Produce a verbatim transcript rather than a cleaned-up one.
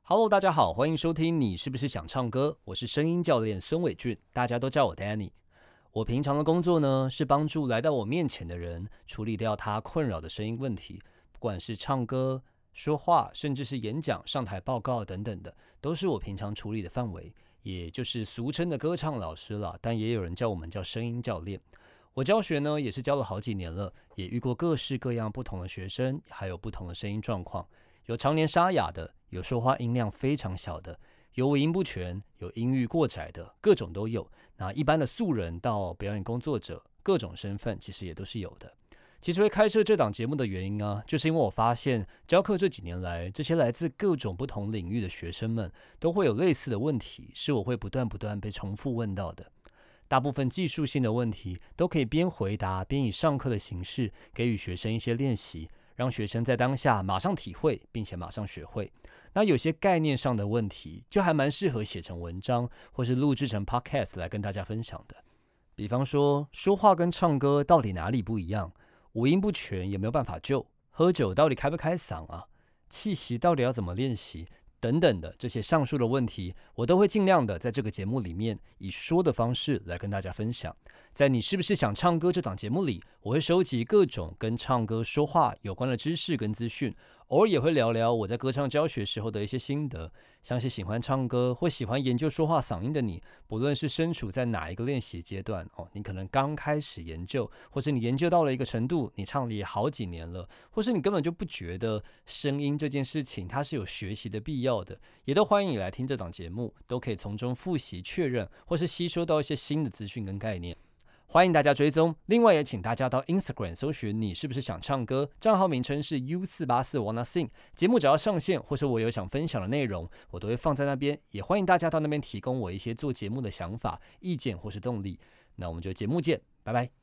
Hello，大家好，欢迎收听你是不是想唱歌？我是声音教练孙伟俊，大家都叫我 Danny。我平常的工作呢，是帮助来到我面前的人处理掉他困扰的声音问题，不管是唱歌、说话，甚至是演讲、上台报告等等的，都是我平常处理的范围，也就是俗称的歌唱老师啦，但也有人叫我们叫声音教练。我教学呢，也是教了好几年了，也遇过各式各样不同的学生，还有不同的声音状况。有常年沙哑的，有说话音量非常小的，有五音不全，有音域过窄的，各种都有。那一般的素人到表演工作者，各种身份其实也都是有的。其实会开设这档节目的原因啊，就是因为我发现教课这几年来，这些来自各种不同领域的学生们，都会有类似的问题，是我会不断不断被重复问到的。大部分技术性的问题，都可以边回答边以上课的形式给予学生一些练习，让学生在当下马上体会，并且马上学会。那有些概念上的问题，就还蛮适合写成文章，或是录制成 podcast 来跟大家分享的。比方说，说话跟唱歌到底哪里不一样？五音不全有没有办法救？喝酒到底开不开嗓啊？气息到底要怎么练习？等等的这些上述的问题，我都会尽量的在这个节目里面以说的方式来跟大家分享。在你是不是想唱歌这档节目里，我会收集各种跟唱歌说话有关的知识跟资讯，偶尔也会聊聊我在歌唱教学时候的一些心得。相信喜欢唱歌或喜欢研究说话嗓音的你，不论是身处在哪一个练习阶段哦，你可能刚开始研究，或是你研究到了一个程度，你唱了也好几年了，或是你根本就不觉得声音这件事情它是有学习的必要的，也都欢迎你来听这档节目，都可以从中复习确认，或是吸收到一些新的资讯跟概念。欢迎大家追踪，另外也请大家到 Instagram 搜寻你是不是想唱歌，账号名称是 U 四八四 Wanna Sing， 节目只要上线或是我有想分享的内容，我都会放在那边，也欢迎大家到那边提供我一些做节目的想法、意见或是动力。那我们就节目见，拜拜。